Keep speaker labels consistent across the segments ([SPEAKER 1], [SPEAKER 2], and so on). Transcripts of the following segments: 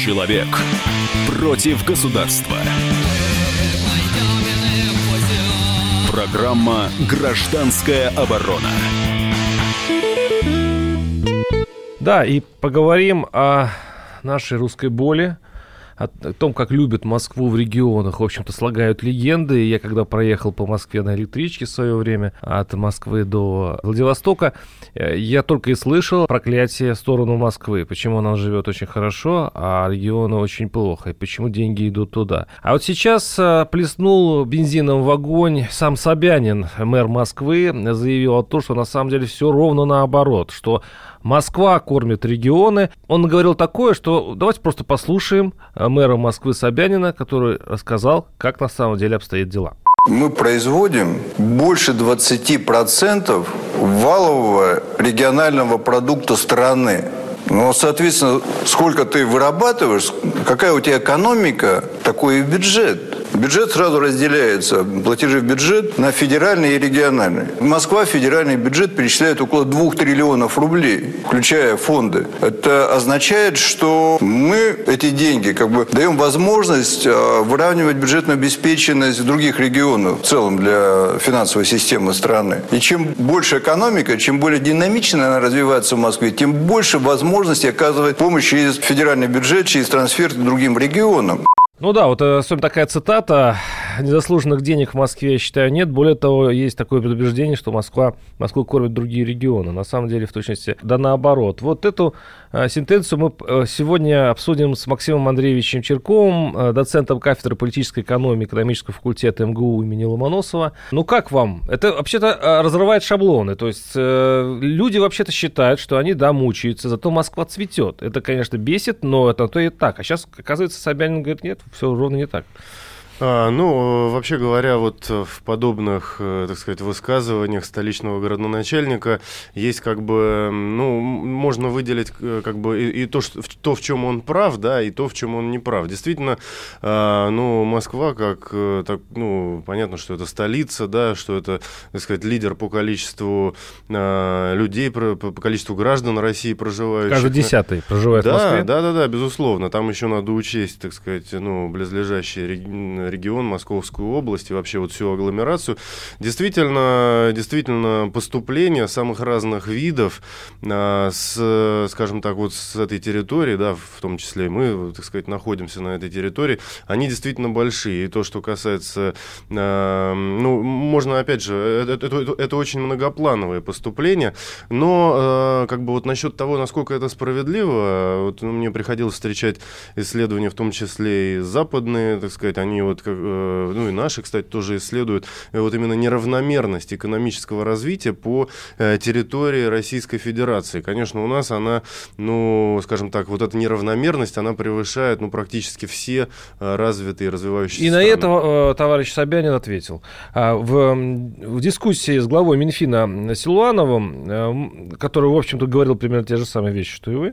[SPEAKER 1] Человек против государства. Программа «Гражданская оборона».
[SPEAKER 2] Да, и поговорим о нашей русской боли, о том, как любят Москву в регионах. В общем-то, слагают легенды. Я когда проехал по Москве на электричке в свое время от Москвы до Владивостока, я только и слышал проклятие в сторону Москвы. Почему она живет очень хорошо, а регионы очень плохо. И почему деньги идут туда. А вот сейчас плеснул бензином в огонь сам Собянин, мэр Москвы, заявил о том, что на самом деле все ровно наоборот, что Москва кормит регионы. Он говорил такое, что давайте просто послушаем мэра Москвы Собянина, который рассказал, как на самом деле обстоят дела.
[SPEAKER 3] Мы производим больше 20% валового регионального продукта страны. Ну, соответственно, сколько ты вырабатываешь, какая у тебя экономика, такой и бюджет. Бюджет сразу разделяется, платежи в бюджет на федеральный и региональный. Москва федеральный бюджет перечисляет около 2 триллионов рублей, включая фонды. Это означает, что мы эти деньги даем возможность выравнивать бюджетную обеспеченность других регионов в целом для финансовой системы страны. И чем больше экономика, чем более динамично она развивается в Москве, тем больше возможностей оказывать помощь через федеральный бюджет, через трансфер к другим регионам.
[SPEAKER 2] Ну да, вот особенно такая цитата. Незаслуженных денег в Москве, я считаю, нет. Более того, есть такое предубеждение, что Москву кормят другие регионы. На самом деле, в точности, да наоборот. Вот эту сентенцию мы сегодня обсудим с Максимом Андреевичем Чирковым, доцентом кафедры политической экономии экономического факультета МГУ имени Ломоносова. Ну как вам? Это вообще-то разрывает шаблоны. То есть люди вообще-то считают, что они, да, мучаются, зато Москва цветет. Это, конечно, бесит, но это то и так. А сейчас, оказывается, Собянин говорит, нет, все ровно не так.
[SPEAKER 4] Вообще говоря, вот в подобных, так сказать, высказываниях столичного городоначальника есть можно выделить и то, в чем он прав, да, и то, в чем он не прав. Действительно, Москва, понятно, что это столица, да, что это, так сказать, лидер по количеству людей, по количеству граждан России проживающих. Каждый
[SPEAKER 2] 10-й проживает в Москве.
[SPEAKER 4] Да, безусловно. Там еще надо учесть, так сказать, близлежащие регион, Московскую область и вообще вот всю агломерацию. Действительно поступления самых разных видов с этой территории, да, в том числе и мы, так сказать, находимся на этой территории, они действительно большие. И то, что касается, можно, опять же, это очень многоплановые поступления, но насчет того, насколько это справедливо, мне приходилось встречать исследования, в том числе и западные, так сказать, они и наши, кстати, тоже исследуют именно неравномерность экономического развития по территории Российской Федерации. Конечно, у нас она, эта неравномерность, она превышает, практически все развитые и развивающиеся
[SPEAKER 2] и
[SPEAKER 4] страны.
[SPEAKER 2] на это товарищ Собянин ответил. В дискуссии с главой Минфина Силуановым, который, в общем-то, говорил примерно те же самые вещи, что и вы,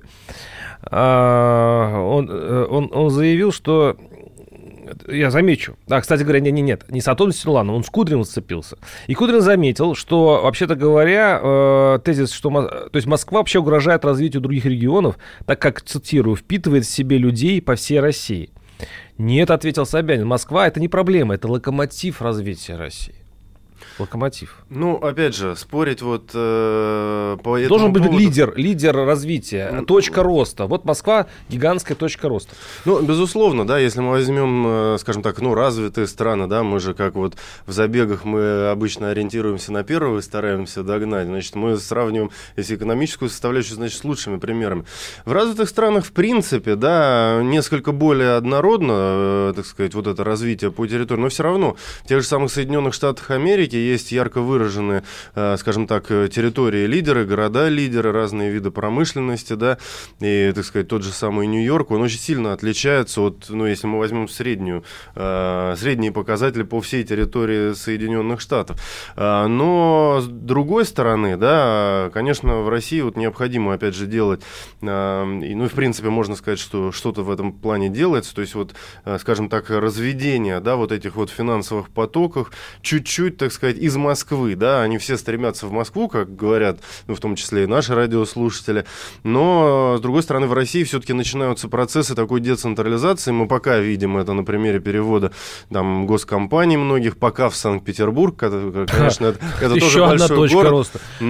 [SPEAKER 2] он заявил, что я замечу. Кстати говоря, нет, не с Антоном Силуановым, он с Кудриным сцепился. И Кудрин заметил, что, вообще-то говоря, тезис, что Москва вообще угрожает развитию других регионов, так как, цитирую, впитывает в себе людей по всей России. Нет, ответил Собянин, Москва — это не проблема, это локомотив развития России. Локомотив.
[SPEAKER 4] Опять же, спорить по этому
[SPEAKER 2] должен быть
[SPEAKER 4] поводу...
[SPEAKER 2] лидер развития, точка роста. Вот Москва — гигантская точка роста.
[SPEAKER 4] Безусловно, да, если мы возьмем, развитые страны, да, мы же как в забегах мы обычно ориентируемся на первого и стараемся догнать, значит, мы сравниваем, если экономическую составляющую, значит, с лучшими примерами. В развитых странах, в принципе, да, несколько более однородно, так сказать, вот это развитие по территории, но все равно в тех же самых Соединенных Штатах Америки есть ярко выраженные, территории-лидеры, города-лидеры, разные виды промышленности, да, и, так сказать, тот же самый Нью-Йорк, он очень сильно отличается от, если мы возьмем средние показатели по всей территории Соединенных Штатов. Но, с другой стороны, да, конечно, в России необходимо, опять же, делать, в принципе, можно сказать, что что-то в этом плане делается, то есть, разведение, да, этих финансовых потоков, чуть-чуть, так сказать, сказать, из Москвы, да, они все стремятся в Москву, как говорят, ну, в том числе и наши радиослушатели, но, с другой стороны, в России все-таки начинаются процессы такой децентрализации, мы пока видим это на примере перевода там госкомпаний многих, пока в Санкт-Петербург, конечно, это тоже большой город,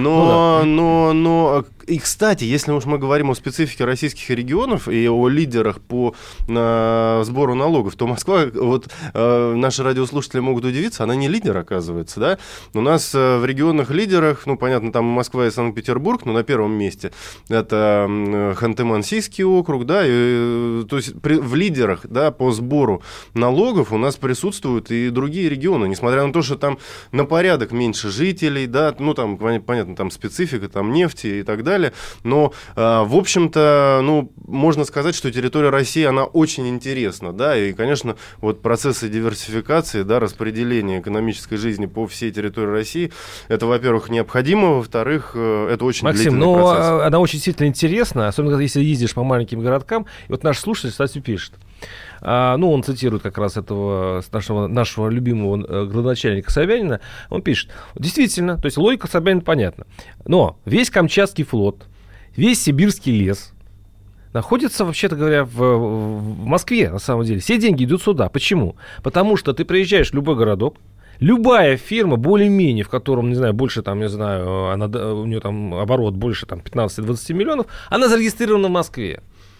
[SPEAKER 4] но и, кстати, если уж мы говорим о специфике российских регионов и о лидерах по сбору налогов, то Москва, вот наши радиослушатели могут удивиться, она не лидер, оказывается, да? У нас в регионах лидерах, ну, понятно, там Москва и Санкт-Петербург, но на первом месте это Ханты-Мансийский округ, да, то есть в лидерах, да, по сбору налогов у нас присутствуют и другие регионы, несмотря на то, что там на порядок меньше жителей, да, ну, там, понятно, там специфика, там нефти и так далее, но, в общем-то, ну, можно сказать, что территория России, она очень интересна, да, и, конечно, вот процессы диверсификации, да, распределения экономической жизни по всей территории России, это, во-первых, необходимо, во-вторых, это очень длительный процесс. Максим,
[SPEAKER 2] но она очень действительно интересна, особенно если ездишь по маленьким городкам, и вот наш слушатель, кстати, пишет, ну, он цитирует как раз этого нашего любимого градоначальника Собянина, он пишет, действительно, то есть логика Собянина понятна, но весь Камчатский флот, весь Сибирский лес находится, вообще-то говоря, в Москве, на самом деле. Все деньги идут сюда. Почему? Потому что ты приезжаешь в любой городок, любая фирма, более-менее, в котором, не знаю, больше, там, не знаю, у нее там оборот больше там, 15-20 миллионов, она зарегистрирована в Москве.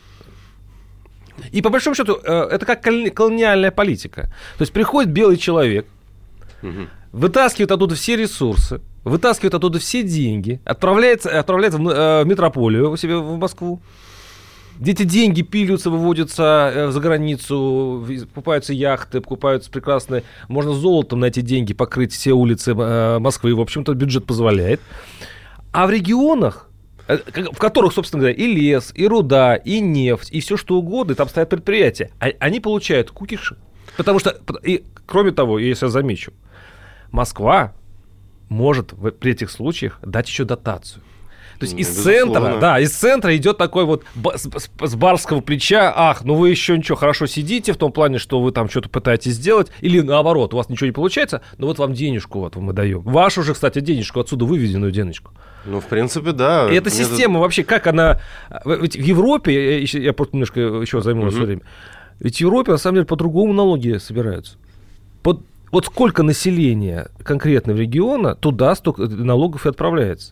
[SPEAKER 2] И по большому счету, это как колониальная политика. То есть приходит белый человек, вытаскивает оттуда все ресурсы, вытаскивает оттуда все деньги, отправляется в метрополию у себя в Москву, где эти деньги пилятся, выводятся за границу, покупаются яхты, покупаются прекрасные... Можно золотом на эти деньги покрыть все улицы Москвы, в общем-то, бюджет позволяет. А в регионах, в которых, собственно говоря, и лес, и руда, и нефть, и все что угодно, и там стоят предприятия, они получают кукиши. Потому что, и, кроме того, если я замечу, Москва может при этих случаях дать еще дотацию. То есть из центра идет такой вот с барского плеча, ах, ну вы еще ничего, хорошо сидите, в том плане, что вы там что-то пытаетесь сделать, или наоборот, у вас ничего не получается, но вот вам денежку вот мы даем. Вашу же, кстати, денежку, отсюда выведенную денежку.
[SPEAKER 4] Ну, в принципе, да.
[SPEAKER 2] И эта система вообще, как она... Ведь в Европе, я просто немножко еще займу свое время, ведь в Европе, на самом деле, по-другому налоги собираются. Вот сколько населения конкретного региона, туда столько налогов и отправляется.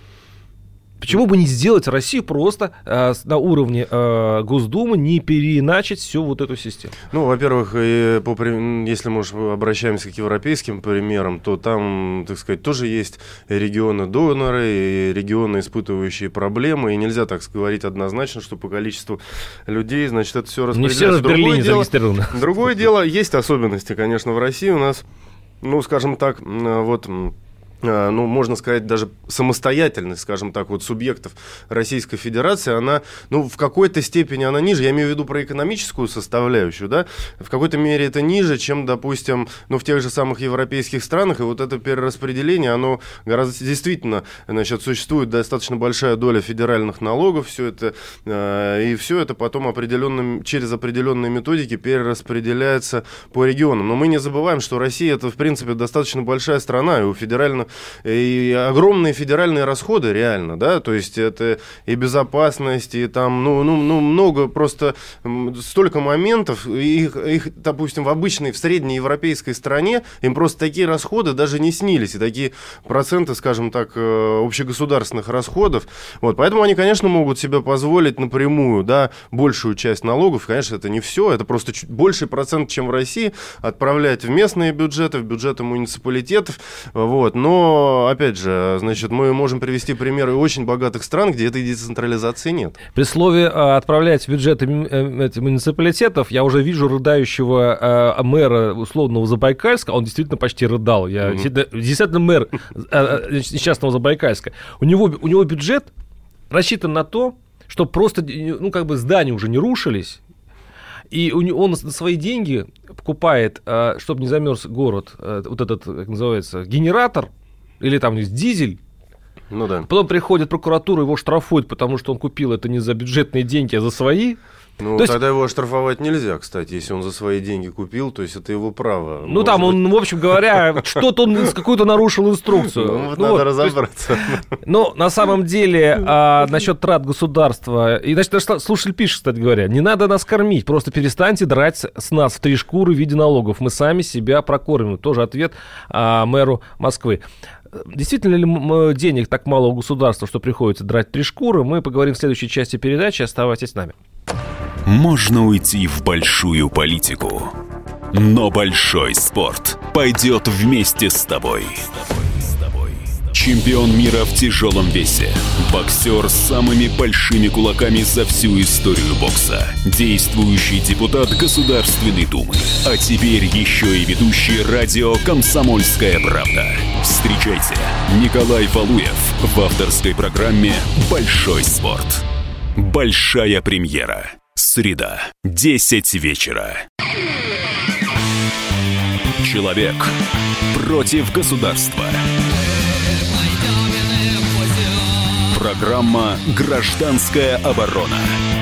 [SPEAKER 2] Почему бы не сделать Россию просто на уровне Госдумы, не переиначить всю вот эту систему?
[SPEAKER 4] Ну, во-первых, если мы уж обращаемся к европейским примерам, то там, так сказать, тоже есть регионы-доноры, и регионы, испытывающие проблемы, и нельзя так говорить однозначно, что по количеству людей, значит, это все распределяется.
[SPEAKER 2] Не все в Берлине зарегистрировано.
[SPEAKER 4] Другое дело, есть особенности, конечно, в России у нас, ну, скажем так, вот... ну, можно сказать, даже самостоятельность, скажем так, вот субъектов Российской Федерации, она, ну, в какой-то степени она ниже, я имею в виду про экономическую составляющую, да, в какой-то мере это ниже, чем, допустим, ну, в тех же самых европейских странах, и вот это перераспределение, оно гораздо, действительно, значит, существует достаточно большая доля федеральных налогов, все это, и все это потом через определенные методики перераспределяется по регионам, но мы не забываем, что Россия это, в принципе, достаточно большая страна, и у федеральных и огромные федеральные расходы реально, да, то есть это и безопасность, и там, ну много просто, столько моментов, их, допустим, в средней европейской стране им просто такие расходы даже не снились, и такие проценты, скажем так, общегосударственных расходов, вот, поэтому они, конечно, могут себе позволить напрямую, да, большую часть налогов, конечно, это не все, это просто чуть больший процент, чем в России, отправлять в местные бюджеты, в бюджеты муниципалитетов, вот, но, опять же, значит, мы можем привести примеры очень богатых стран, где этой децентрализации нет. При слове
[SPEAKER 2] «отправлять в бюджеты муниципалитетов» я уже вижу рыдающего мэра условного Забайкальска, он действительно почти рыдал, действительно мэр несчастного Забайкальска. У него бюджет рассчитан на то, что просто, ну, как бы здания уже не рушились, и он на свои деньги покупает, чтобы не замерз город, вот этот, как называется, генератор, или там есть дизель.
[SPEAKER 4] Ну да.
[SPEAKER 2] Потом приходит прокуратура, его штрафует, потому что он купил это не за бюджетные деньги, а за свои.
[SPEAKER 4] Ну,
[SPEAKER 2] то
[SPEAKER 4] тогда его оштрафовать нельзя, кстати, если он за свои деньги купил, то есть это его право.
[SPEAKER 2] Ну, там он, в общем говоря, что-то он какую-то нарушил инструкцию.
[SPEAKER 4] Ну, надо разобраться.
[SPEAKER 2] Ну, на самом деле, насчет трат государства, и, значит, наш слушатель пишет, кстати говоря, не надо нас кормить, просто перестаньте драть с нас в 3 шкуры в виде налогов, мы сами себя прокормим. Тоже ответ мэру Москвы. Действительно ли денег так мало у государства, что приходится драть 3 шкуры, мы поговорим в следующей части передачи, оставайтесь с нами.
[SPEAKER 1] Можно уйти в большую политику, но большой спорт пойдет вместе с тобой. Чемпион мира в тяжелом весе, боксер с самыми большими кулаками за всю историю бокса, действующий депутат Государственной Думы, а теперь еще и ведущий радио «Комсомольская правда». Встречайте, Николай Валуев в авторской программе «Большой спорт». Большая премьера. Среда, 10 вечера. Человек против государства. Программа «Гражданская оборона».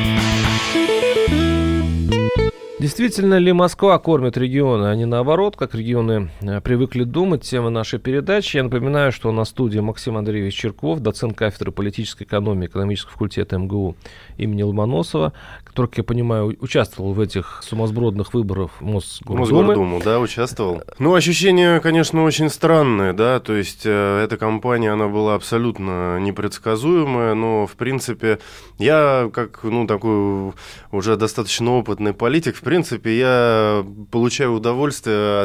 [SPEAKER 2] Действительно ли Москва кормит регионы, а не наоборот, как регионы привыкли думать? Тема нашей передачи. Я напоминаю, что на студии Максим Андреевич Черков, доцент кафедры политической экономии экономического факультета МГУ имени Ломоносова, который, как я понимаю, участвовал в этих сумасбродных выборах
[SPEAKER 4] Мосгордуму, да, участвовал. Ну, ощущение, конечно, очень странное, да, то есть эта кампания, она была абсолютно непредсказуемая, но, в принципе, я, как, такой уже достаточно опытный политик, в принципе, я получаю удовольствие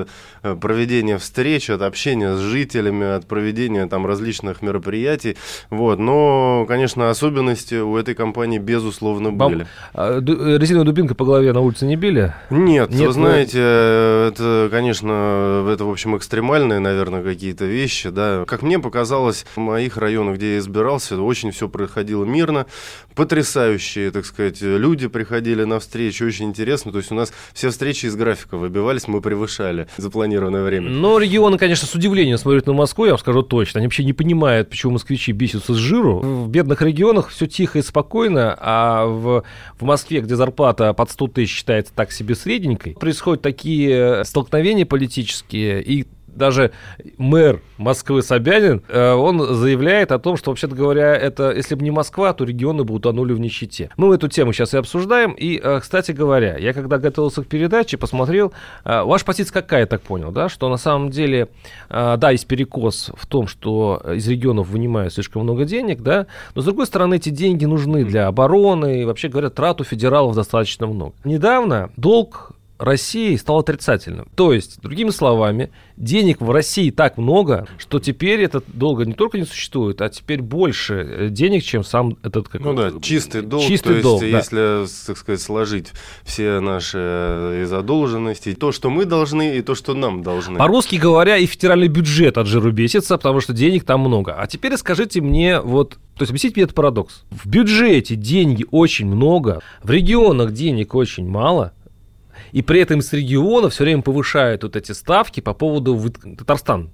[SPEAKER 4] от проведения встреч, от общения с жителями, от проведения там различных мероприятий, вот, но, конечно, особенности у этой кампании, безусловно, были.
[SPEAKER 2] Резиновой дубинкой по голове на улице не били?
[SPEAKER 4] Нет, вы знаете, это, конечно, в общем, экстремальные, наверное, какие-то вещи, да. Как мне показалось, в моих районах, где я избирался, очень все проходило мирно, потрясающие, так сказать, люди приходили на встречи, очень интересно, то есть у нас все встречи из графика выбивались, мы превышали запланированное время.
[SPEAKER 2] Но регионы, конечно, с удивлением смотрят на Москву, я вам скажу точно, они вообще не понимают, почему москвичи бесятся с жиру. В бедных регионах все тихо и спокойно, а в Москве, где зарплата под 100 тысяч считается так себе средненькой, происходят такие столкновения политические, и даже мэр Москвы Собянин, он заявляет о том, что, вообще-то говоря, это, если бы не Москва, то регионы бы утонули в нищете. Мы эту тему сейчас и обсуждаем. И, кстати говоря, я когда готовился к передаче, посмотрел, ваша позиция какая, я так понял, да, что на самом деле, да, есть перекос в том, что из регионов вынимают слишком много денег, да, но, с другой стороны, эти деньги нужны для обороны, и, вообще говоря, трат у федералов достаточно много. Недавно долг России стал отрицательным. То есть, другими словами, денег в России так много, что теперь этот долг не только не существует, а теперь больше денег, чем сам этот...
[SPEAKER 4] чистый долг.
[SPEAKER 2] Чистый долг, да.
[SPEAKER 4] Если, так сказать, сложить все наши задолженности, то, что мы должны, и то, что нам должны.
[SPEAKER 2] По-русски говоря, и федеральный бюджет от жиру бесится, потому что денег там много. А теперь скажите мне, то есть объясните мне этот парадокс. В бюджете деньги очень много, в регионах денег очень мало, и при этом с регионов все время повышают эти ставки по поводу... Татарстан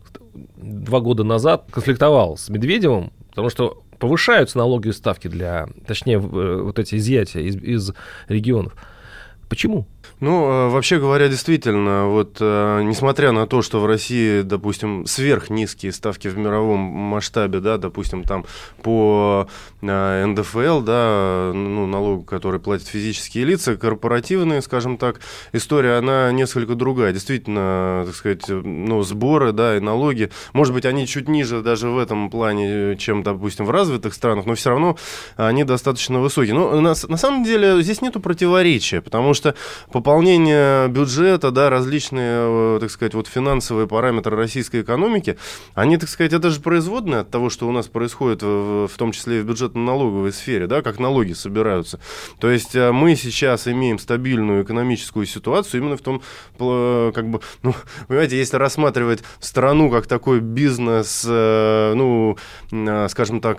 [SPEAKER 2] 2 года назад конфликтовал с Медведевым, потому что повышаются налоговые ставки точнее, эти изъятия из регионов. Почему?
[SPEAKER 4] Вообще говоря, действительно, несмотря на то, что в России, допустим, сверхнизкие ставки в мировом масштабе, да, допустим, там по НДФЛ, да, налогу, который платят физические лица, корпоративные, скажем так, история, она несколько другая. Действительно, так сказать, сборы, да, и налоги, может быть, они чуть ниже даже в этом плане, чем, допустим, в развитых странах, но все равно они достаточно высокие. Но на самом деле здесь нету противоречия, потому что пополнение бюджета, да, различные, так сказать, финансовые параметры российской экономики, они, так сказать, это же производные от того, что у нас происходит, в том числе и в бюджетно-налоговой сфере, да, как налоги собираются. То есть мы сейчас имеем стабильную экономическую ситуацию именно в том, понимаете, если рассматривать страну как такой бизнес, скажем так,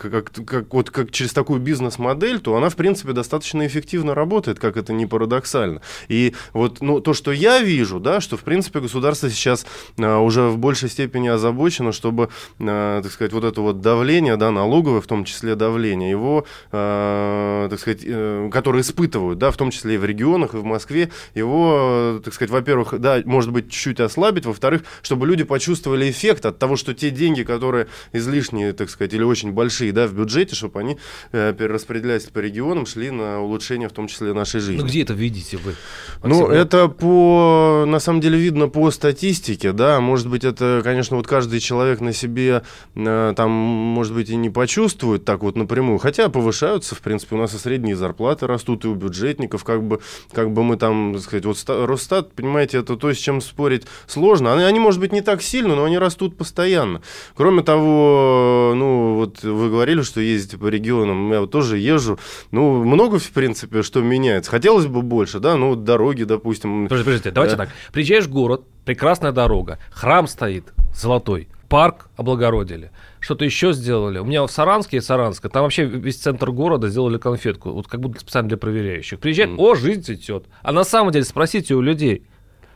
[SPEAKER 4] как через такую бизнес-модель, то она, в принципе, достаточно эффективно работает, как это ни парадоксально. И И вот то, что я вижу, да, что, в принципе, государство сейчас уже в большей степени озабочено, чтобы, так сказать, вот это вот давление, да, налоговое, в том числе давление, его, так сказать, которое испытывают, да, в том числе и в регионах, и в Москве, его, так сказать, во-первых, да, может быть, чуть-чуть ослабить, во-вторых, чтобы люди почувствовали эффект от того, что те деньги, которые излишние, так сказать, или очень большие, да, в бюджете, чтобы они, перераспределяясь по регионам, шли на улучшение, в том числе, нашей жизни.
[SPEAKER 2] Ну, где это видите вы?
[SPEAKER 4] Ну, это на самом деле, видно по статистике, да, может быть, это, конечно, вот каждый человек на себе, там, может быть, и не почувствует так вот напрямую, хотя повышаются, в принципе, у нас и средние зарплаты растут, и у бюджетников, как бы мы там, так сказать, вот Росстат, понимаете, это то, с чем спорить сложно, они, может быть, не так сильно, но они растут постоянно. Кроме того, ну, вот вы говорили, что ездите по регионам, я вот тоже езжу, ну, много, в принципе, что меняется, хотелось бы больше, да, ну, дороги, допустим.
[SPEAKER 2] Подождите, давайте так, приезжаешь в город, прекрасная дорога, храм стоит золотой, парк облагородили, что-то еще сделали. У меня в Саранске, там вообще весь центр города сделали конфетку, вот как будто специально для проверяющих. Приезжает, жизнь цветет. А на самом деле спросите у людей.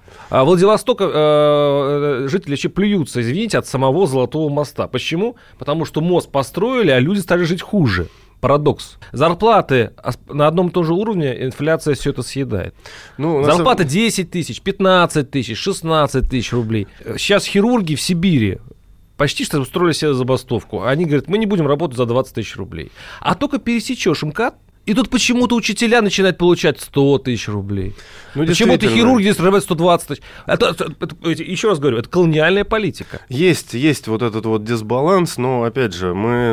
[SPEAKER 2] Владивостока жители вообще плюются, извините, от самого Золотого моста. Почему? Потому что мост построили, а люди стали жить хуже. Парадокс. Зарплаты на одном и том же уровне, инфляция все это съедает. Ну, зарплата 10 тысяч, 15 тысяч, 16 тысяч рублей. Сейчас хирурги в Сибири почти что устроили себе забастовку. Они говорят, мы не будем работать за 20 тысяч рублей. А только пересечешь МКАД, и тут почему-то учителя начинают получать 100 тысяч рублей. Ну, почему-то хирурги здесь зарабатывают 120 тысяч. Еще раз говорю, это колониальная политика.
[SPEAKER 4] Есть вот этот вот дисбаланс, но, опять же,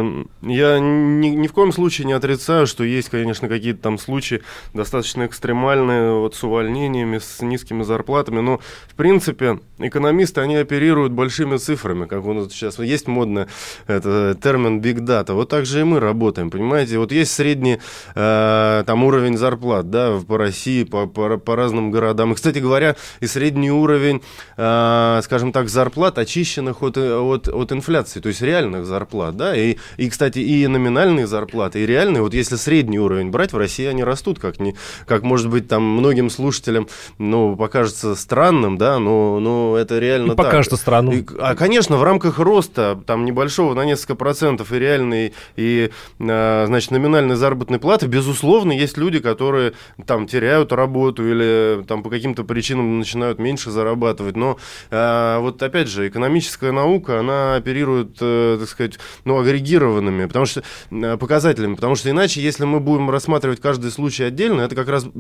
[SPEAKER 4] я ни в коем случае не отрицаю, что есть, конечно, какие-то там случаи достаточно экстремальные, вот с увольнениями, с низкими зарплатами, но, в принципе, экономисты, они оперируют большими цифрами, как у нас сейчас есть модный термин big data. Вот так же и мы работаем, понимаете? Вот есть средний там уровень зарплат, да, по России, по разным городам. И, кстати говоря, и средний уровень, скажем так, зарплат, очищенных от инфляции, то есть реальных зарплат, да, и, кстати, и номинальные зарплаты, и реальные, вот если средний уровень брать, в России они растут, как может быть, там, многим слушателям, ну, покажется странным, да, но это реально
[SPEAKER 2] и так. Покажется странным.
[SPEAKER 4] Конечно, в рамках роста, там, небольшого на несколько процентов и реальной, и, значит, номинальной заработной платы, безусловно, есть люди, которые там теряют работу или там по каким-то причинам начинают меньше зарабатывать. Но вот опять же, экономическая наука, она оперирует, так сказать, агрегированными показателями, потому что иначе, если мы будем рассматривать каждый случай отдельно, это как раз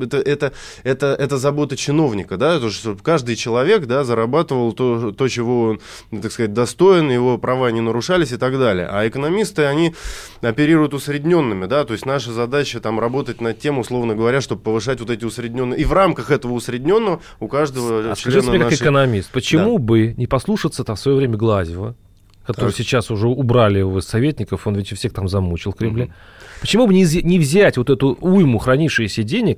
[SPEAKER 4] это забота чиновника, да, то, что каждый человек, да, зарабатывал то, чего он, так сказать, достоин, его права не нарушались и так далее. А экономисты, они оперируют усредненными, да, то есть наша задача там работать над тем, условно говоря, чтобы повышать вот эти усредненные. И в рамках этого усредненного у каждого
[SPEAKER 2] скажите мне, как экономист, почему бы не послушаться там в свое время Глазьева, который сейчас уже убрали его из советников, он ведь всех там замучил в Кремле. Почему бы не взять вот эту уйму хранившихся денег,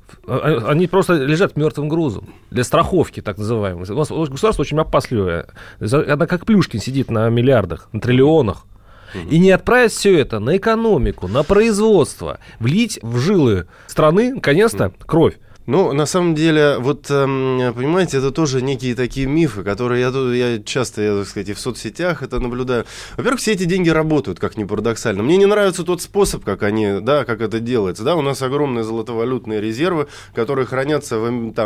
[SPEAKER 2] они просто лежат мертвым грузом для страховки, так называемой. У нас государство очень опасливое. Она как Плюшкин сидит на миллиардах, на триллионах. И не отправить все это на экономику, на производство, влить в жилы страны, наконец-то, кровь.
[SPEAKER 4] Ну, на самом деле, вот, понимаете, это тоже некие такие мифы, которые я часто, так сказать, и в соцсетях это наблюдаю. Во-первых, все эти деньги работают, как ни парадоксально. Мне не нравится тот способ, как это делается. Да, у нас огромные золотовалютные резервы, которые хранятся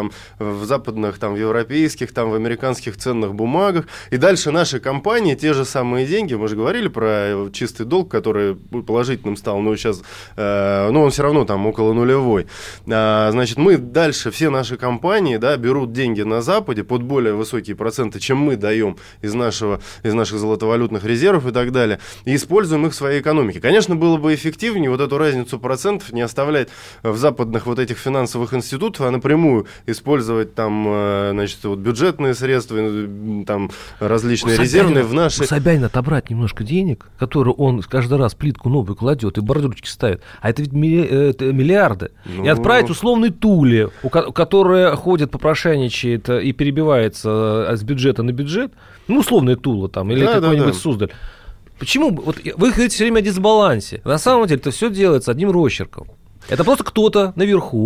[SPEAKER 4] в западных, в европейских, в американских ценных бумагах. И дальше наши компании, те же самые деньги, мы же говорили про чистый долг, который положительным стал, но сейчас, он все равно там около нулевой. Значит, мы дальше все наши компании, да, берут деньги на Западе под более высокие проценты, чем мы даем из наших золотовалютных резервов и так далее, и используем их в своей экономике. Конечно, было бы эффективнее вот эту разницу процентов не оставлять в западных вот этих финансовых институтах, а напрямую использовать там, значит, вот бюджетные средства, там различные резервные в наши...
[SPEAKER 2] У Собянина отобрать немножко денег, которые он каждый раз плитку новую кладет и бордюрчики ставит, а это ведь миллиарды, и отправить условный Туле, которая ходит, попрошайничает и перебивается с бюджета на бюджет, условная Тула там, или какой-нибудь Суздаль. Почему? Вот вы говорите все время о дисбалансе. На самом деле это все делается одним росчерком. Это просто кто-то наверху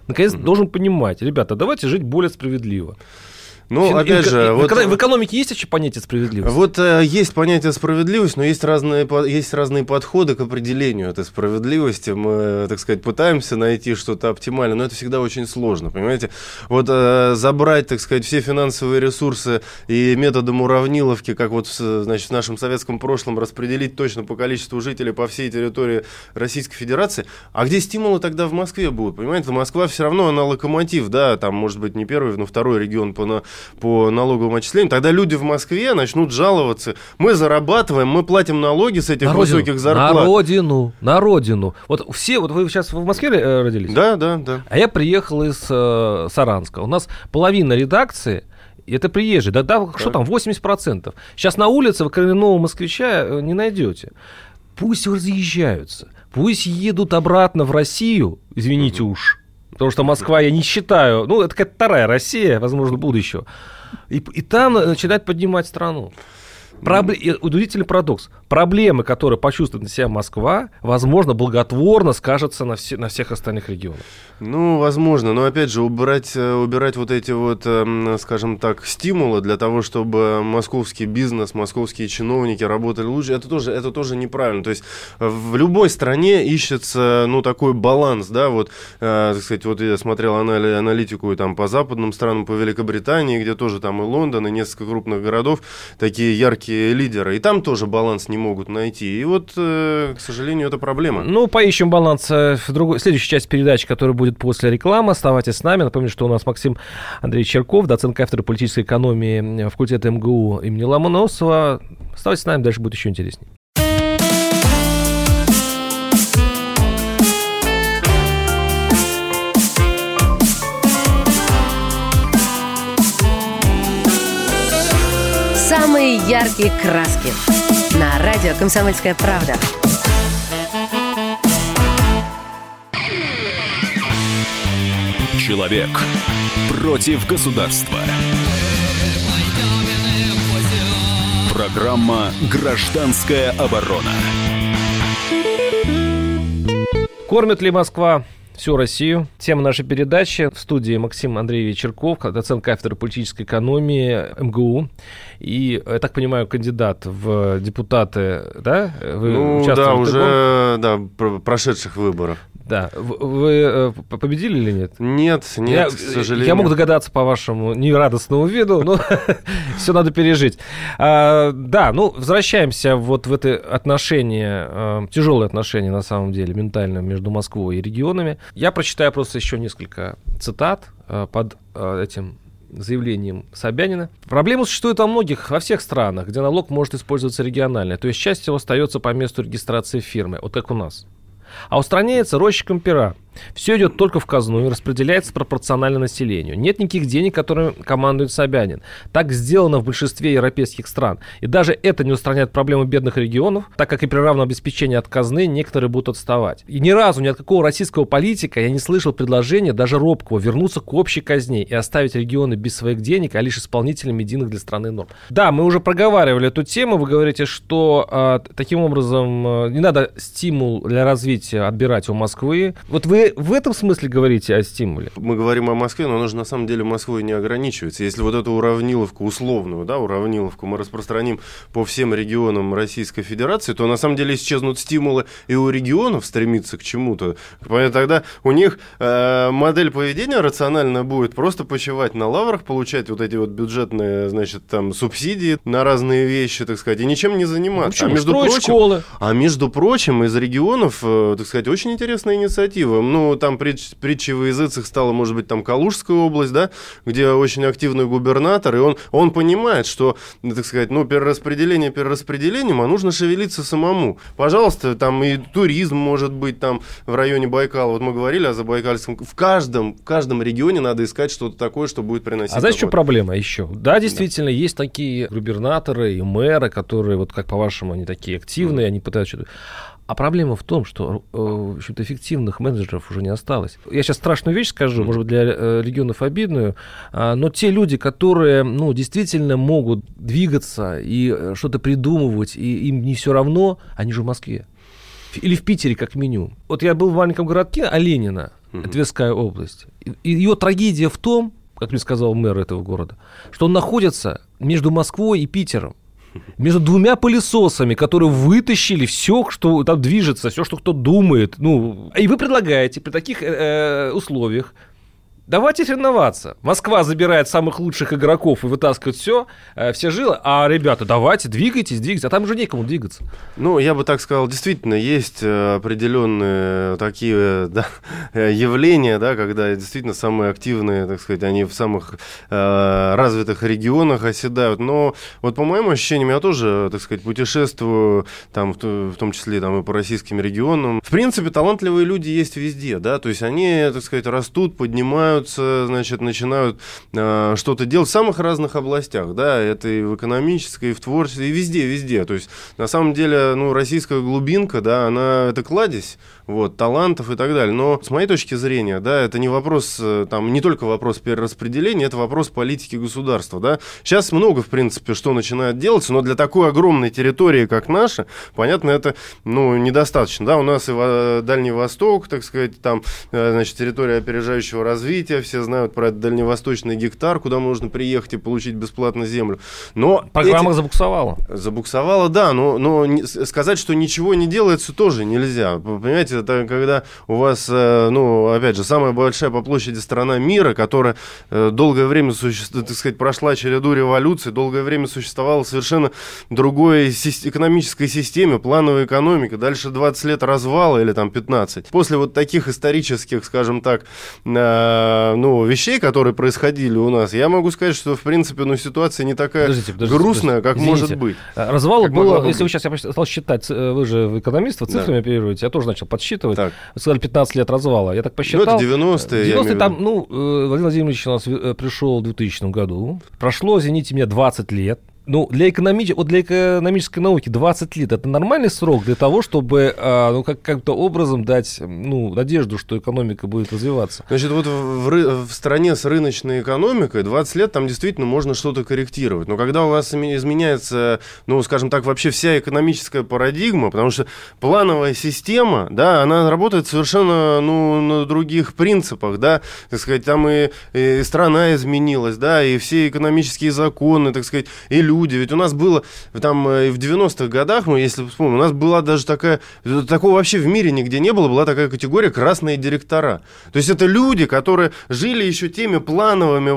[SPEAKER 2] наконец должен понимать, ребята, давайте жить более справедливо.
[SPEAKER 4] Ну, опять же...
[SPEAKER 2] В экономике есть вообще понятие справедливости?
[SPEAKER 4] Вот есть понятие справедливости, но есть разные подходы к определению этой справедливости. Мы, так сказать, пытаемся найти что-то оптимальное, но это всегда очень сложно, понимаете? Вот забрать, так сказать, все финансовые ресурсы и методом уравниловки, как вот, значит, в нашем советском прошлом, распределить точно по количеству жителей по всей территории Российской Федерации. А где стимулы тогда в Москве будут? Понимаете, Москва все равно, она локомотив, да, там, может быть, не первый, но второй регион по налоговому отчислению, тогда люди в Москве начнут жаловаться. Мы зарабатываем, мы платим налоги с этих высоких зарплат.
[SPEAKER 2] На родину. Вот вы сейчас в Москве родились?
[SPEAKER 4] Да.
[SPEAKER 2] А я приехал из Саранска. У нас половина редакции это приезжие. Да, что там, 80%. Сейчас на улице вы коренного москвича не найдете. Пусть разъезжаются. Пусть едут обратно в Россию, извините уж. Потому что Москва, я не считаю, это какая-то вторая Россия, возможно, будущего. И там начинать поднимать страну. Удивительный парадокс. Проблемы, которые почувствует на себя Москва, возможно, благотворно скажется на всех остальных регионах.
[SPEAKER 4] Ну, возможно, но опять же, убирать вот эти вот, скажем так, стимулы для того, чтобы московский бизнес, московские чиновники работали лучше, это тоже неправильно. То есть в любой стране ищется, такой баланс, да, вот, так сказать, вот я смотрел аналитику там по западным странам, по Великобритании, где тоже там и Лондон, и несколько крупных городов, такие яркие лидеры, и там тоже баланс не могут найти. И вот, к сожалению, это проблема.
[SPEAKER 2] Поищем баланс в следующей части передачи, которая будет после рекламы. Оставайтесь с нами. Напомню, что у нас Максим Андреевич Черков, доцент кафедры политической экономии факультета МГУ имени Ломоносова. Оставайтесь с нами, дальше будет еще интереснее.
[SPEAKER 5] Самые яркие краски на радио «Комсомольская правда».
[SPEAKER 1] Человек против государства. Программа «Гражданская оборона».
[SPEAKER 2] Кормит ли Москва всю Россию? Тема нашей передачи. В студии Максим Андреевич Черков, доцент кафедры политической экономии МГУ. И, я так понимаю, кандидат в депутаты, да? Вы
[SPEAKER 4] уже прошедших выборов.
[SPEAKER 2] Да. Вы победили или нет?
[SPEAKER 4] Нет, к сожалению.
[SPEAKER 2] Я мог догадаться по вашему нерадостному виду, но все надо пережить. Возвращаемся вот в это отношение, тяжелые отношения, на самом деле, ментально между Москвой и регионами. Я прочитаю просто еще несколько цитат под этим заявлением Собянина. Проблема существует во всех странах, где налог может использоваться регионально, то есть часть его остается по месту регистрации фирмы, вот как у нас. А устраняется росчерком пера. Все идет только в казну и распределяется пропорционально населению. Нет никаких денег, которыми командует Собянин. Так сделано в большинстве европейских стран. И даже это не устраняет проблемы бедных регионов, так как и при равном обеспечении от казны некоторые будут отставать. И ни разу ни от какого российского политика я не слышал предложения, даже робкого, вернуться к общей казне и оставить регионы без своих денег, а лишь исполнителями единых для страны норм. Да, мы уже проговаривали эту тему. Вы говорите, что таким образом не надо стимул для развития отбирать у Москвы. Вот вы в этом смысле говорите о стимуле?
[SPEAKER 4] Мы говорим о Москве, но оно же на самом деле Москвой не ограничивается. Если вот эту уравниловку, условную, уравниловку мы распространим по всем регионам Российской Федерации, то на самом деле исчезнут стимулы и у регионов стремиться к чему-то. Тогда у них модель поведения рационально будет просто почивать на лаврах, получать вот эти вот бюджетные, субсидии на разные вещи, так сказать, и ничем не заниматься.
[SPEAKER 2] Школы.
[SPEAKER 4] А между прочим, из регионов, так сказать, очень интересная инициатива. Там притчей во языцах стала, может быть, там Калужская область, да, где очень активный губернатор, и он понимает, что, так сказать, перераспределением, а нужно шевелиться самому. Пожалуйста, там и туризм может быть там в районе Байкала. Вот мы говорили о Забайкальском. В каждом регионе надо искать что-то такое, что будет приносить.
[SPEAKER 2] А знаете, что проблема еще? Да, действительно, есть такие губернаторы и мэры, которые, вот как по-вашему, они такие активные, они пытаются что-то... А проблема в том, что, в общем-то, эффективных менеджеров уже не осталось. Я сейчас страшную вещь скажу, может быть, для регионов обидную, но те люди, которые, действительно могут двигаться и что-то придумывать, и им не все равно, они же в Москве. Или в Питере, как минимум. Вот я был в маленьком городке Оленина, Тверская область. И ее трагедия в том, как мне сказал мэр этого города, что он находится между Москвой и Питером. Между двумя пылесосами, которые вытащили все, что там движется, все, что кто думает. И вы предлагаете при таких условиях давайте соревноваться. Москва забирает самых лучших игроков и вытаскивает все жилы, а ребята, давайте, двигайтесь, а там уже некому двигаться.
[SPEAKER 4] Я бы так сказал, действительно, есть определенные такие явления, да, когда действительно самые активные, так сказать, они в самых развитых регионах оседают. Но вот по моим ощущениям, я тоже, так сказать, путешествую, там, в том числе там, и по российским регионам. В принципе, талантливые люди есть везде, да, то есть они, так сказать, растут, поднимаются, значит, начинают что-то делать в самых разных областях, да, это и в экономической, и в творчестве, и везде. То есть, на самом деле, российская глубинка, да, это кладезь, талантов и так далее. Но, с моей точки зрения, да, это не вопрос, не только вопрос перераспределения, это вопрос политики государства, да. Сейчас много, в принципе, что начинает делаться, но для такой огромной территории, как наша, понятно, это, недостаточно, да. У нас и Дальний Восток, так сказать, там, значит, территория опережающего развития, все знают про этот дальневосточный гектар, куда можно приехать и получить бесплатно землю. Но
[SPEAKER 2] программа забуксовала.
[SPEAKER 4] Забуксовала, да, но сказать, что ничего не делается, тоже нельзя. Понимаете, это когда у вас, опять же, самая большая по площади страна мира, которая долгое время, так сказать, прошла череду революций, долгое время существовала совершенно другой экономической системе, плановой экономики, дальше 20 лет развала или там 15. После вот таких исторических, скажем так, вещей, которые происходили у нас, я могу сказать, что, в принципе, ситуация не такая грустная, как
[SPEAKER 2] извините,
[SPEAKER 4] может быть.
[SPEAKER 2] Развал было, если вы сейчас, я стал считать, вы же экономист, вы цифрами оперируете, я тоже начал подсчитывать. Так. Вы сказали, 15 лет развала. Я так посчитал.
[SPEAKER 4] Это 90-е.
[SPEAKER 2] 90-е там, Владимир Владимирович у нас пришел в 2000 году. Прошло, извините меня, 20 лет. Для экономической науки 20 лет – это нормальный срок для того, чтобы как-то образом дать надежду, что экономика будет развиваться?
[SPEAKER 4] Значит, в стране с рыночной экономикой 20 лет там действительно можно что-то корректировать. Но когда у вас изменяется, скажем так, вообще вся экономическая парадигма, потому что плановая система, да, она работает совершенно на других принципах, да, так сказать, там и страна изменилась, да, и все экономические законы, так сказать, и люди. Ведь у нас было там и в 90-х годах, если вспомним, у нас была даже такого вообще в мире нигде не было, была такая категория красные директора. То есть это люди, которые жили еще теми плановыми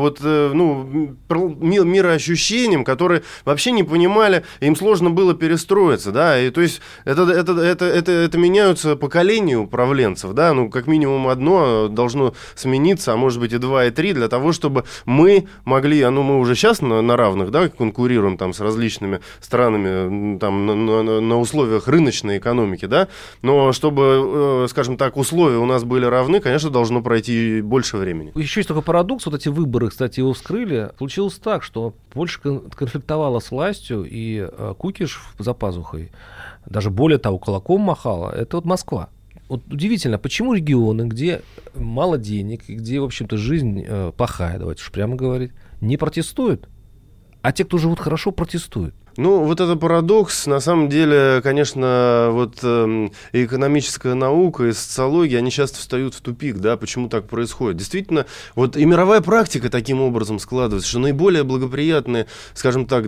[SPEAKER 4] мироощущением, которые вообще не понимали, им сложно было перестроиться, да, и то есть это меняются поколения управленцев, да, как минимум одно должно смениться, а может быть и 2, и 3, для того, чтобы мы могли, мы уже сейчас на равных, да, конкурируем там с различными странами там на условиях рыночной экономики, да, но чтобы, скажем так, условия у нас были равны, конечно, должно пройти больше времени.
[SPEAKER 2] Еще есть такой парадокс, эти выборы, кстати, его вскрыли. Получилось так, что Польша конфликтовала с властью, и Кукиш за пазухой, даже более того, кулаком махала, это Москва. Удивительно, почему регионы, где мало денег, и где, в общем-то, жизнь плохая, давайте уж прямо говорить, не протестуют? А те, кто живут хорошо, протестуют.
[SPEAKER 4] Это парадокс. На самом деле, конечно, и экономическая наука, и социология, они часто встают в тупик, да, почему так происходит. Действительно, и мировая практика таким образом складывается, что наиболее благоприятные, скажем так,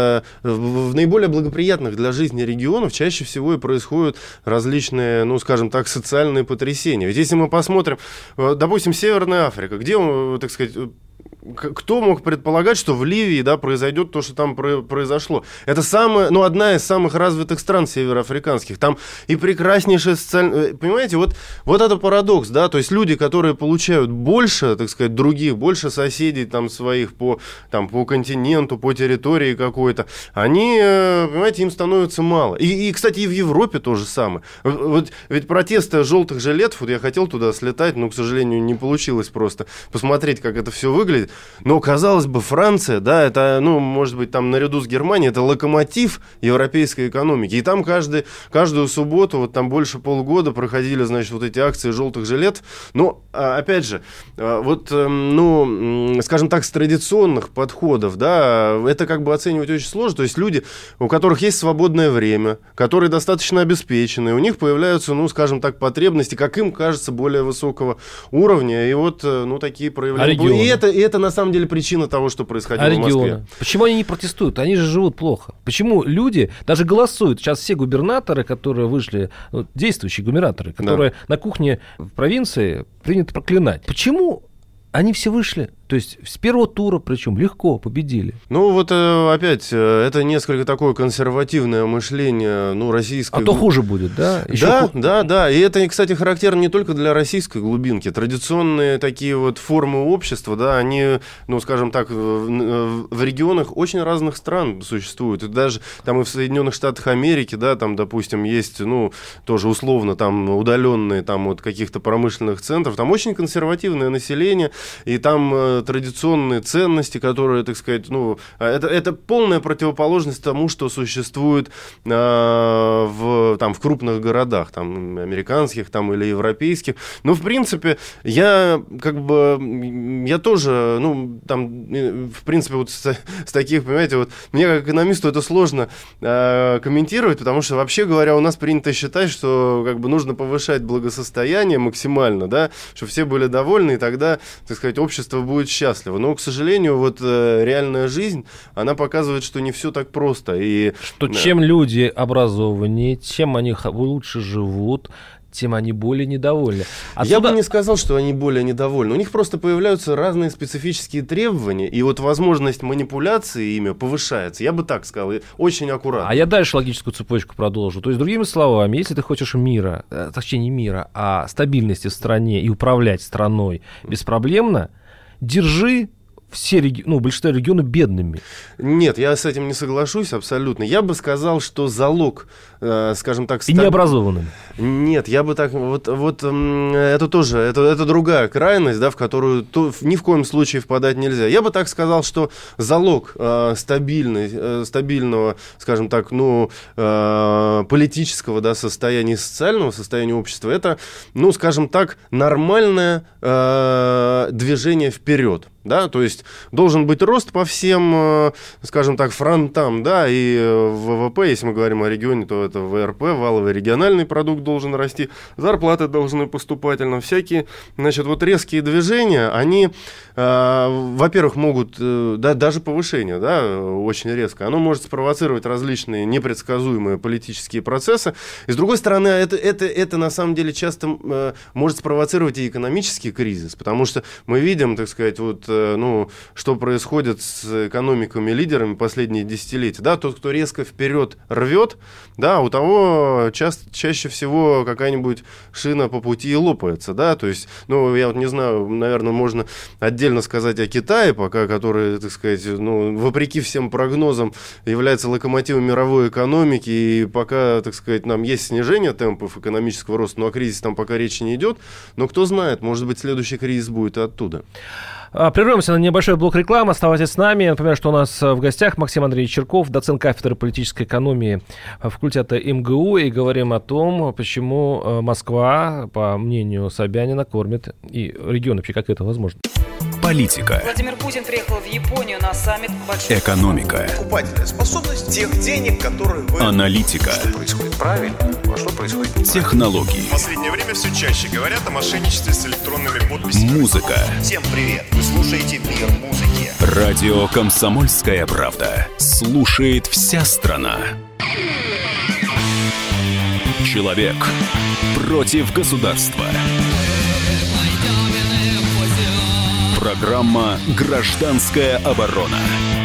[SPEAKER 4] в наиболее благоприятных для жизни регионов чаще всего и происходят различные, скажем так, социальные потрясения. Ведь если мы посмотрим, допустим, Северная Африка, где, так сказать, кто мог предполагать, что в Ливии, да, произойдет то, что там произошло? Это одна из самых развитых стран североафриканских. Там и прекраснейшая социальная... Понимаете, вот это парадокс, да, то есть люди, которые получают больше, так сказать, других, больше соседей там своих по континенту, по территории какой-то, они, понимаете, им становится мало. И, кстати, и в Европе то же самое. Ведь протесты желтых жилетов, я хотел туда слетать, но, к сожалению, не получилось просто посмотреть, как это все выглядит. Но, казалось бы, Франция, да, это, ну, может быть, там наряду с Германией, это локомотив европейской экономики. И там каждую субботу, вот там больше полгода проходили, значит, вот эти акции желтых жилетов. Но, опять же, вот, ну, скажем так, с традиционных подходов, да, это как бы оценивать очень сложно. То есть люди, у которых есть свободное время, которые достаточно обеспечены, у них появляются, ну, скажем так, потребности, как им кажется, более высокого уровня. И вот, ну, такие проявления. И это на самом деле причина того, что происходило в Москве.
[SPEAKER 2] Почему они не протестуют? Они же живут плохо. Почему люди даже голосуют? Сейчас все губернаторы, которые вышли, ну, действующие губернаторы, которые на кухне в провинции принято проклинать. Почему они все вышли? То есть с первого тура, причем легко победили.
[SPEAKER 4] Ну вот опять, это несколько такое консервативное мышление, ну, российское.
[SPEAKER 2] А то хуже будет, да?
[SPEAKER 4] Да. И это, кстати, характерно не только для российской глубинки. Традиционные такие вот формы общества, да, они, ну, скажем так, в регионах очень разных стран существуют. И даже там и в Соединенных Штатах Америки, да, там, допустим, есть, ну, тоже условно там удаленные там от каких-то промышленных центров, там очень консервативное население, и там традиционные ценности, которые, так сказать, ну, это полная противоположность тому, что существует в крупных городах, там, американских там, или европейских. Но, в принципе, я тоже, ну, там, в принципе, вот с таких, понимаете, вот мне как экономисту это сложно комментировать, потому что, вообще говоря, у нас принято считать, что как бы нужно повышать благосостояние максимально, да, чтобы все были довольны, и тогда, так сказать, общество будет счастливо. Но, к сожалению, вот реальная жизнь, она показывает, что не все так просто. И,
[SPEAKER 2] что чем люди образованнее, чем они лучше живут, тем они более недовольны.
[SPEAKER 4] Я бы не сказал, что они более недовольны. У них просто появляются разные специфические требования, и вот возможность манипуляции ими повышается. Я бы так сказал, очень аккуратно.
[SPEAKER 2] А я дальше логическую цепочку продолжу. То есть, другими словами, если ты хочешь мира, точнее не мира, а стабильности в стране и управлять страной беспроблемно, держи все большинство регионов бедными.
[SPEAKER 4] Нет, я с этим не соглашусь абсолютно. Я бы сказал, что залог, скажем так...
[SPEAKER 2] И необразованным.
[SPEAKER 4] Нет, я бы так... Вот это тоже, это другая крайность, да, в которую ни в коем случае впадать нельзя. Я бы так сказал, что залог стабильного, скажем так, ну, политического, да, состояния, социального состояния общества, это, ну, скажем так, нормальное движение вперед. Да, то есть должен быть рост по всем, скажем так, фронтам, да, и ВВП, если мы говорим о регионе, то это ВРП, валовый региональный продукт должен расти, зарплаты должны поступательно, всякие, значит, вот резкие движения, они, во-первых, могут, да, даже повышение, да, очень резко, оно может спровоцировать различные непредсказуемые политические процессы, и с другой стороны, это на самом деле часто может спровоцировать и экономический кризис, потому что мы видим, так сказать, вот, ну, что происходит с экономиками-лидерами последние десятилетия. Да, тот, кто резко вперед рвет, да, у того чаще всего какая-нибудь шина по пути и лопается, да, то есть, ну, я вот не знаю, наверное, можно отдельно сказать о Китае пока, который, так сказать, ну, вопреки всем прогнозам является локомотивом мировой экономики, и пока, так сказать, нам есть снижение темпов экономического роста, но о кризисе там пока речи не идет, но кто знает, может быть, следующий кризис будет и оттуда.
[SPEAKER 2] Прервемся на небольшой блок рекламы. Оставайтесь с нами. Напоминаю, что у нас в гостях Максим Андреевич Чирков, доцент кафедры политической экономии факультета МГУ. И говорим о том, почему Москва, по мнению Собянина, кормит и регион вообще, как это возможно.
[SPEAKER 1] Политика.
[SPEAKER 6] Владимир Путин приехал в Японию на саммит большой...
[SPEAKER 1] Экономика.
[SPEAKER 7] Покупательная способность тех денег, которые вы...
[SPEAKER 1] Аналитика.
[SPEAKER 7] Что происходит правильно, а что происходит неправильно.
[SPEAKER 1] Технологии.
[SPEAKER 8] В последнее время все чаще говорят о мошенничестве с электронными подписями.
[SPEAKER 1] Музыка.
[SPEAKER 7] Всем привет! Вы слушаете «Мир музыки».
[SPEAKER 1] Радио «Комсомольская правда». Слушает вся страна. Человек против государства. Программа «Гражданская оборона».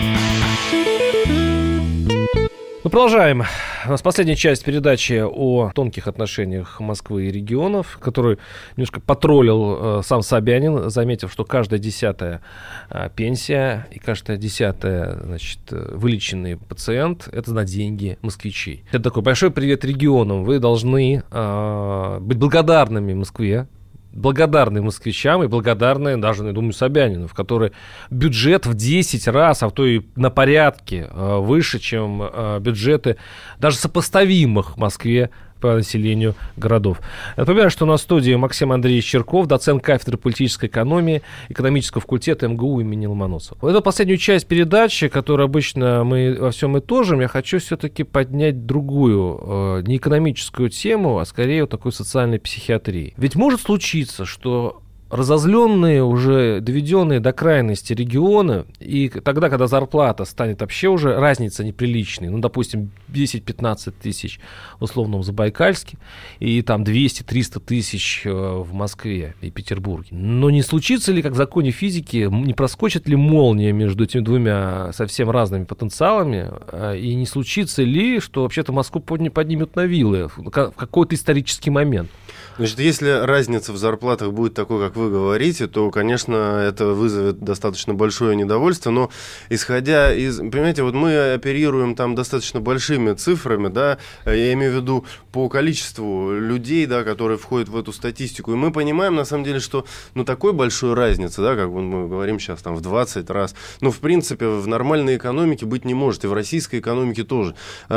[SPEAKER 2] Мы продолжаем. У нас последняя часть передачи о тонких отношениях Москвы и регионов, которую немножко потроллил сам Собянин, заметив, что каждая 10-я пенсия и каждая 10-я, значит, вылеченный пациент — это на деньги москвичей. Это такой большой привет регионам. Вы должны быть благодарными Москве, благодарны москвичам и благодарны даже, я думаю, Собянину, в которой бюджет в 10 раз, а то и на порядке выше, чем бюджеты даже сопоставимых в Москве по населению городов. Напоминаю, что на студии Максим Андреевич Чирков, доцент кафедры политической экономии экономического факультета МГУ имени Ломоносова. В эту последнюю часть передачи, которую обычно мы во всем итожим, я хочу все-таки поднять другую, не экономическую тему, а скорее вот такой социальной психиатрии. Ведь может случиться, что разозленные, уже доведенные до крайности регионы, и тогда, когда зарплата станет вообще уже разница неприличной, ну, допустим, 10-15 тысяч в условном Забайкальске, и там 200-300 тысяч в Москве и Петербурге. Но не случится ли, как в законе физики, не проскочит ли молния между этими двумя совсем разными потенциалами, и не случится ли, что вообще-то Москву поднимут на вилы в какой-то исторический момент?
[SPEAKER 4] Значит, если разница в зарплатах будет такой, как вы говорите, то, конечно, это вызовет достаточно большое недовольство, но исходя из... Понимаете, вот мы оперируем там достаточно большими цифрами, да, я имею в виду по количеству людей, да, которые входят в эту статистику, и мы понимаем, на самом деле, что, ну, такой большой разницы, да, как мы говорим сейчас, там, в 20 раз, ну, в принципе, в нормальной экономике быть не может, и в российской экономике тоже.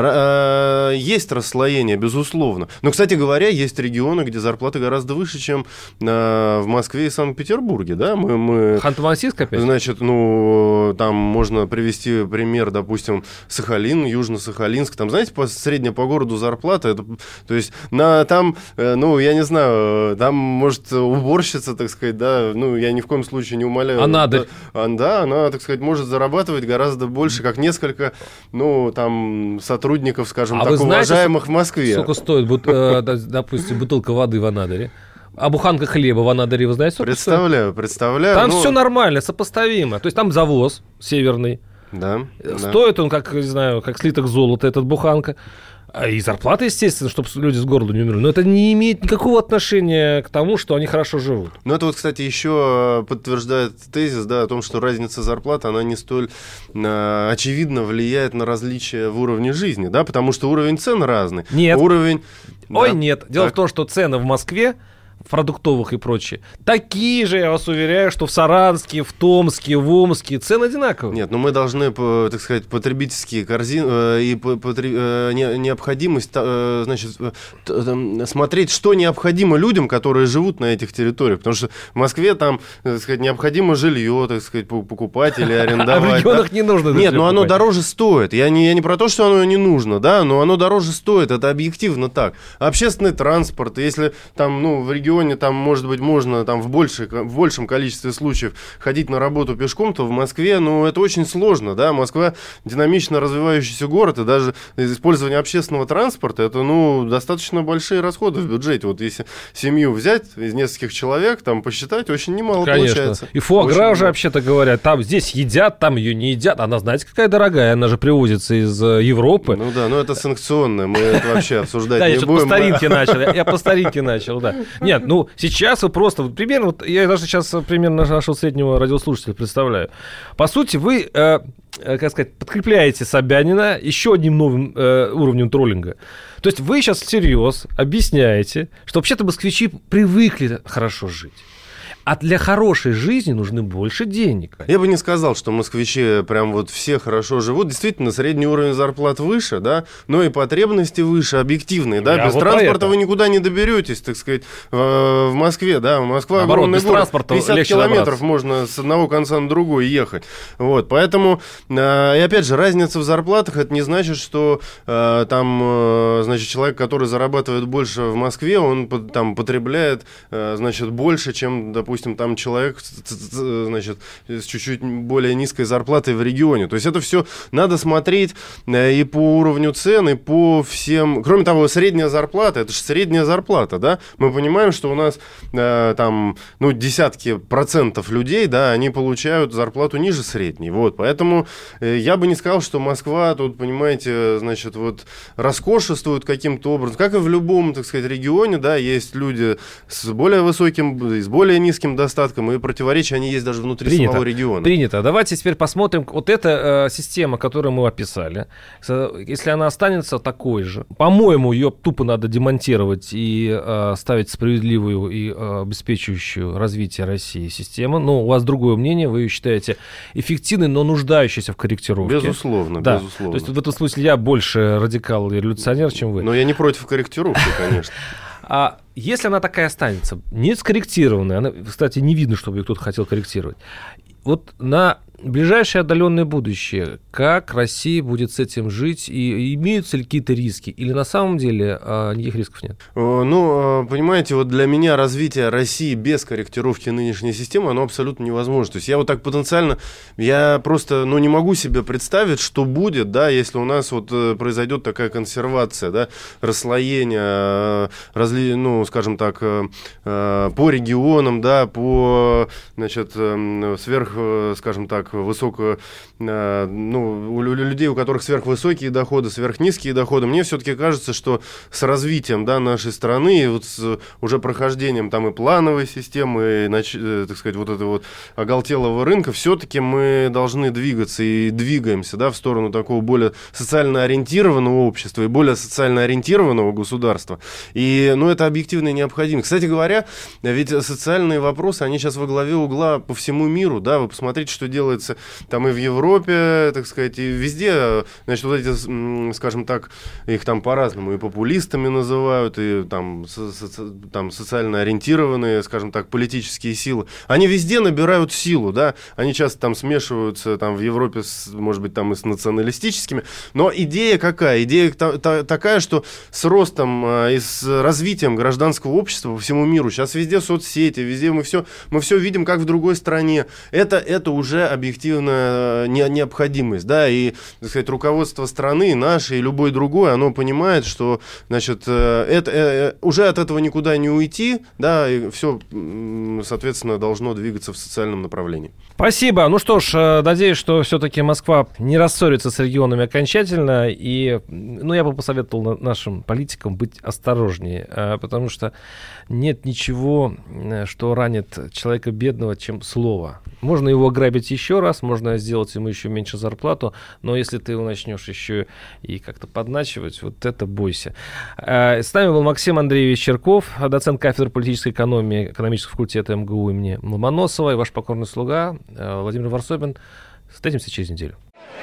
[SPEAKER 4] Есть расслоение, безусловно, но, кстати говоря, есть регионы, где зарплаты гораздо выше, чем в Москве и Санкт-Петербурге, да,
[SPEAKER 2] Ханты-Мансийск опять?
[SPEAKER 4] Значит, ну, там можно привести пример, допустим, Сахалин, Южно-Сахалинск, там, знаете, средняя по городу зарплата, это, то есть, там, ну, я не знаю, там, может, уборщица, так сказать, да, ну, я ни в коем случае не умоляю.
[SPEAKER 2] Надо.
[SPEAKER 4] Да, она, так сказать, может зарабатывать гораздо больше, как несколько, ну, там, сотрудников, скажем так, уважаемых в Москве.
[SPEAKER 2] Сколько стоит, допустим, бутылка воды в Анадыре? А буханка хлеба в Анадыре, вы знаете, сколько стоит?
[SPEAKER 4] Представляю.
[SPEAKER 2] Там все нормально, сопоставимо. То есть там завоз северный.
[SPEAKER 4] Да.
[SPEAKER 2] Стоит он, как, не знаю, как слиток золота, этот буханка. И зарплата, естественно, чтобы люди с голоду не умерли. Но это не имеет никакого отношения к тому, что они хорошо живут.
[SPEAKER 4] Ну, это вот, кстати, еще подтверждает тезис, да, о том, что разница зарплат, она не столь очевидно влияет на различия в уровне жизни, да, потому что уровень цен разный.
[SPEAKER 2] Нет.
[SPEAKER 4] Ой,
[SPEAKER 2] да. Нет. Дело в том, что цены в Москве, продуктовых и прочее, такие же, я вас уверяю, что в Саранске, в Томске, в Омске цены одинаковые.
[SPEAKER 4] Нет, но мы должны, так сказать, потребительские корзины и необходимость, значит, смотреть, что необходимо людям, которые живут на этих территориях, потому что в Москве там, так сказать, необходимо жилье, так сказать, покупать или арендовать.
[SPEAKER 2] А в регионах не нужно.
[SPEAKER 4] Нет, но оно дороже стоит. Я не про то, что оно не нужно, да, но оно дороже стоит, это объективно так. Общественный транспорт, если там, ну, в регионе там, может быть, можно там в большем количестве случаев ходить на работу пешком, то в Москве, ну, это очень сложно, да, Москва динамично развивающийся город, и даже использование общественного транспорта, это, ну, достаточно большие расходы в бюджете. Вот если семью взять из нескольких человек, там, посчитать, очень немало получается.
[SPEAKER 2] И фуагра уже, вообще-то говорят, там здесь едят, там ее не едят, она, знаете, какая дорогая, она же привозится из Европы.
[SPEAKER 4] Ну да, но это санкционное, мы это вообще обсуждать не будем.
[SPEAKER 2] Я по старинке начал, да. Нет, ну, сейчас вы просто, вот примерно, вот я даже сейчас примерно нашего среднего радиослушателя представляю. По сути, вы, как сказать, подкрепляете Собянина еще одним новым уровнем троллинга. То есть вы сейчас всерьез объясняете, что вообще-то москвичи привыкли хорошо жить. А для хорошей жизни нужны больше денег.
[SPEAKER 4] Я бы не сказал, что москвичи прям вот все хорошо живут. Действительно, средний уровень зарплат выше, да, но и потребности выше, объективные, да. Без транспорта вы никуда не доберетесь, так сказать, в Москве, да. Москва огромный город, 50 километров можно с одного конца на другой ехать. Вот, поэтому, и опять же, разница в зарплатах, это не значит, что там, значит, человек, который зарабатывает больше в Москве, он там потребляет, значит, больше, чем, допустим, там человек, значит, с чуть-чуть более низкой зарплатой в регионе. То есть это все надо смотреть и по уровню цен, и по всем... Кроме того, средняя зарплата, это же средняя зарплата, да? Мы понимаем, что у нас там, ну, десятки процентов людей, да, они получают зарплату ниже средней. Вот, поэтому я бы не сказал, что Москва тут, понимаете, значит, вот роскошествует каким-то образом. Как и в любом, так сказать, регионе, да, есть люди с более высоким, с более низким экономическим достаткам, и противоречия, они есть даже внутри самого региона.
[SPEAKER 2] Принято. Давайте теперь посмотрим. Вот эта система, которую мы описали, если она останется такой же, по-моему, ее тупо надо демонтировать и ставить справедливую и обеспечивающую развитие России систему. Но у вас другое мнение, вы ее считаете эффективной, но нуждающейся в корректировке.
[SPEAKER 4] Безусловно,
[SPEAKER 2] да.
[SPEAKER 4] безусловно.
[SPEAKER 2] То есть в этом смысле я больше радикал и революционер, чем вы.
[SPEAKER 4] Но я не против корректировки, конечно.
[SPEAKER 2] А если она такая останется, не скорректированная, она, кстати, не видно, чтобы ее кто-то хотел корректировать, вот на ближайшее отдаленное будущее, как Россия будет с этим жить, и имеются ли какие-то риски, или на самом деле никаких рисков нет?
[SPEAKER 4] Ну, понимаете, вот для меня развитие России без корректировки нынешней системы, оно абсолютно невозможно. То есть я вот так потенциально, я просто, не могу себе представить, что будет, да, если у нас вот произойдет такая консервация, да, расслоение, скажем так, по регионам, да, по, значит, скажем так, у людей, у которых сверхвысокие доходы, сверхнизкие доходы, мне все-таки кажется, что с развитием, да, нашей страны, и вот с уже прохождением там и плановой системы, и, так сказать, вот этого вот оголтелого рынка, все-таки мы должны двигаться и двигаемся, да, в сторону такого более социально ориентированного общества и более социально ориентированного государства. И, это объективная необходимость. Кстати говоря, ведь социальные вопросы, они сейчас во главе угла по всему миру, да, вы посмотрите, что делается там и в Европе, так сказать, и везде, значит, вот эти, скажем так, их там по-разному и популистами называют, и там социально ориентированные, скажем так, политические силы, они везде набирают силу, да, они часто там смешиваются там в Европе, может быть, там и с националистическими, но идея какая? Идея такая, что с ростом и с развитием гражданского общества по всему миру, сейчас везде соцсети, везде мы все видим, как в другой стране, это уже объективная необходимость, да, и, так сказать, руководство страны, наше и любой другой, оно понимает, что, значит, уже от этого никуда не уйти, да, и все, соответственно, должно двигаться в социальном направлении.
[SPEAKER 2] Спасибо. Ну что ж, надеюсь, что все-таки Москва не рассорится с регионами окончательно, и, я бы посоветовал нашим политикам быть осторожнее, потому что нет ничего, что ранит человека бедного, чем слово. Можно его ограбить еще раз, можно сделать ему еще меньше зарплату, но если ты его начнешь еще и как-то подначивать, вот это бойся. С нами был Максим Андреевич Черков, доцент кафедры политической экономии экономического факультета МГУ имени Ломоносова, и ваш покорный слуга Владимир Варсобин. Встретимся через неделю.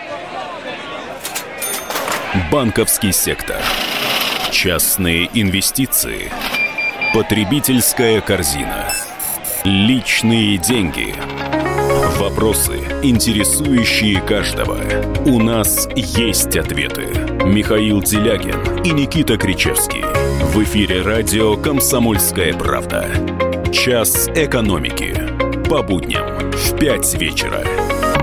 [SPEAKER 1] Банковский сектор. Частные инвестиции. Потребительская корзина. Личные деньги. Вопросы, интересующие каждого. У нас есть ответы. Михаил Делягин и Никита Кричевский. В эфире радио «Комсомольская правда». Час экономики. По будням в 5 вечера.